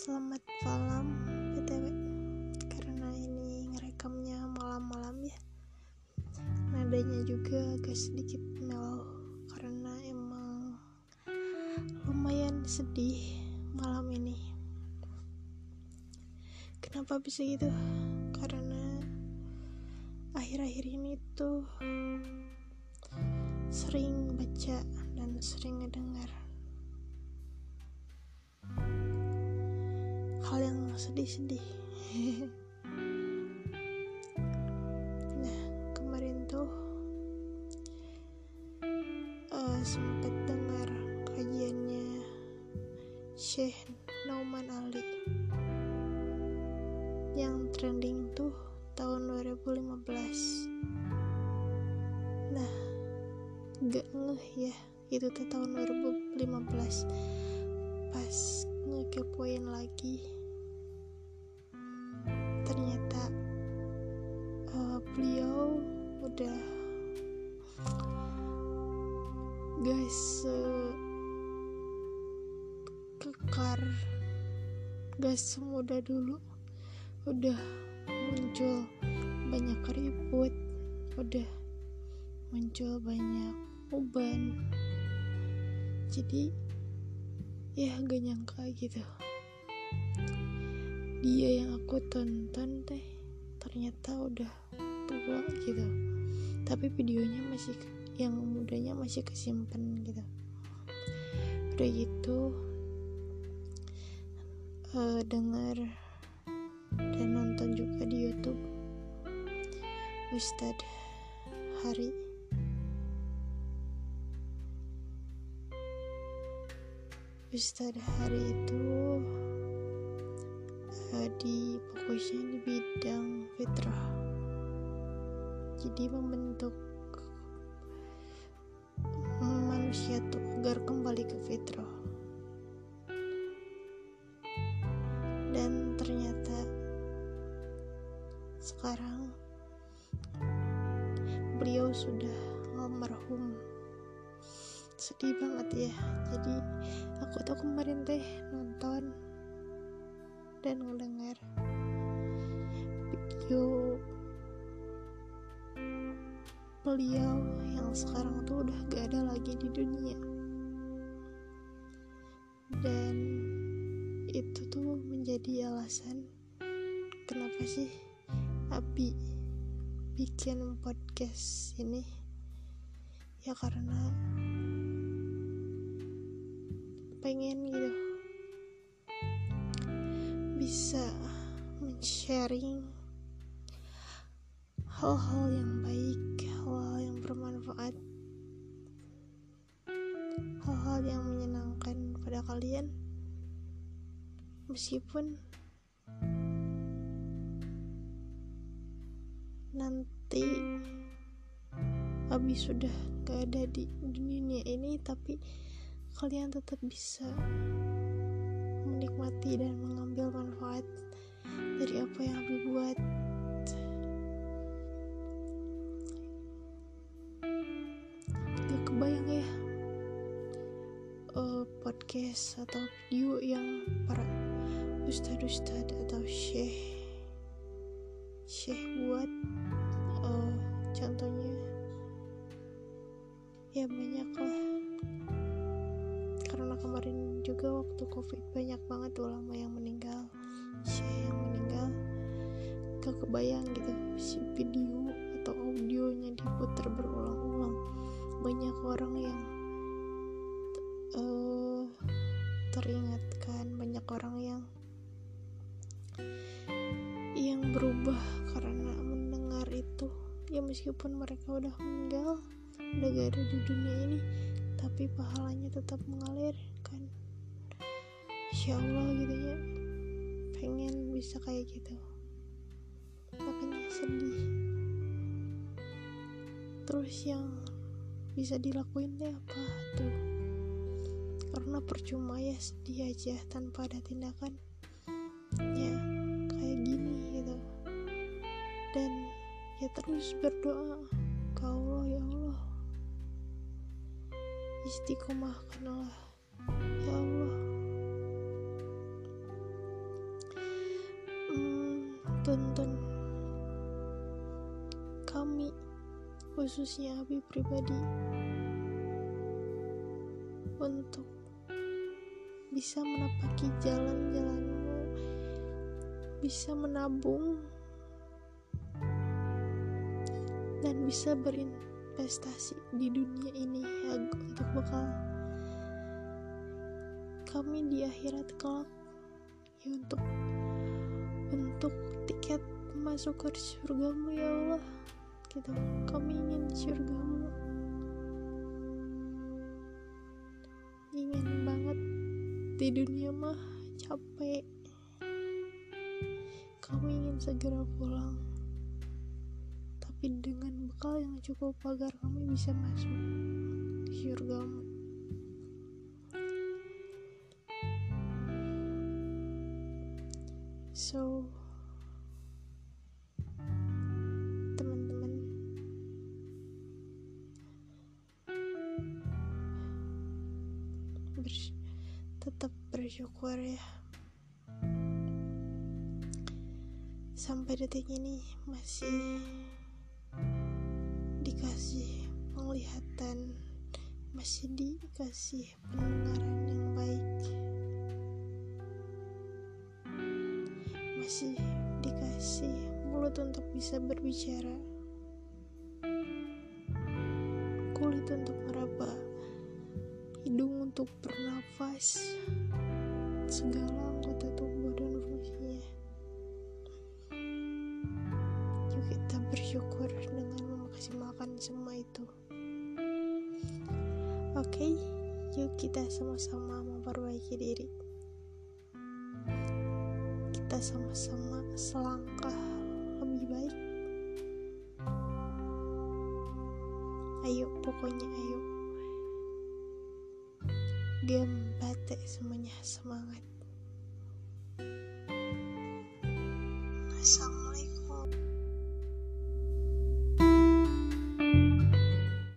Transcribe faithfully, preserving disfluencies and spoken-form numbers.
Selamat malam B T W, karena ini ngerekamnya malam-malam ya, nadanya juga agak sedikit mellow karena emang lumayan sedih malam ini. Kenapa bisa gitu? Karena akhir-akhir ini tuh sering baca dan sering ngedengar hal yang sedih-sedih. Nah, kemarin tuh uh, sempat dengar kajiannya Syekh Nauman Ali yang trending tuh tahun dua ribu lima belas. Nah, gak ngeh ya, itu tuh tahun dua ribu lima belas. Pas ngekepoin lagi, ternyata uh, beliau udah gak sekekar, gak semudah dulu. Udah muncul banyak ribut, udah muncul banyak uban. Jadi ya gak nyangka gitu, dia yang aku tonton teh ternyata udah tua gitu, tapi videonya masih, yang mudanya masih kesimpan gitu. Udah gitu uh, dengar dan nonton juga di YouTube Ustadz Hari. Ustadz Hari itu uh, di fokusnya di bidang fitrah, jadi membentuk manusia tuh agar kembali ke fitrah. Dan ternyata sekarang beliau sudah almarhum. Sedih banget ya. Jadi aku tuh kemarin teh nonton dan ngedengar video beliau yang sekarang tuh udah gak ada lagi di dunia. Dan itu tuh menjadi alasan kenapa sih Abi bikin podcast ini. Ya karena pengen gitu bisa men-sharing hal-hal yang baik, hal-hal yang bermanfaat, hal-hal yang menyenangkan pada kalian. Meskipun nanti Abi sudah gak ada di dunia ini, tapi kalian tetap bisa menikmati dan mengambil manfaat dari apa yang Abi buat. Gak kebayang ya, uh, podcast atau video yang para ustad-ustad atau syekh syekh buat. uh, contohnya ya banyak lah, karena kemarin juga waktu covid banyak banget ulama yang meninggal, syekh yang meninggal. Gak kebayang gitu si video atau audionya diputar berulang-ulang, banyak orang yang uh, teringatkan, banyak orang yang yang berubah karena mendengar itu. Ya meskipun mereka udah meninggal, udah gak ada di dunia ini, tapi pahalanya tetap mengalir kan. Insya Allah gitu ya, pengen bisa kayak gitu, makanya sedih. Terus yang bisa dilakuin deh apa tuh, karena percuma ya sedih aja tanpa ada tindakan ya kayak gini gitu. Dan ya terus berdoa ke Allah, ya Allah istiqomahkanlah ya Allah, tuntun kami, khususnya Abi pribadi, untuk bisa menapaki jalan-jalanmu, bisa menabung, dan bisa berinvestasi di dunia ini ya, untuk bekal kami di akhirat kelak, ya, untuk untuk tiket masuk ke surgamu ya Allah. Gitu, kami ingin surgamu, ingin banget. Di dunia mah capek, kami ingin segera pulang, tapi dengan bekal yang cukup agar kami bisa masuk surgamu. So, teman-teman, bers- tetap bersyukur ya. Sampai detik ini masih dikasih penglihatan, masih dikasih pendengaran yang baik, masih dikasih mulut untuk bisa berbicara, kulit untuk meraba, hidung untuk bernafas, segala anggota tubuh dan fungsinya. Yuk kita bersyukur dengan memaksimalkan semua itu. Oke, okay? Yuk kita sama-sama memperbaiki diri. Kita sama-sama selangkah lebih baik. Ayo, pokoknya ayo. Gembate semuanya, semangat. Assalamualaikum.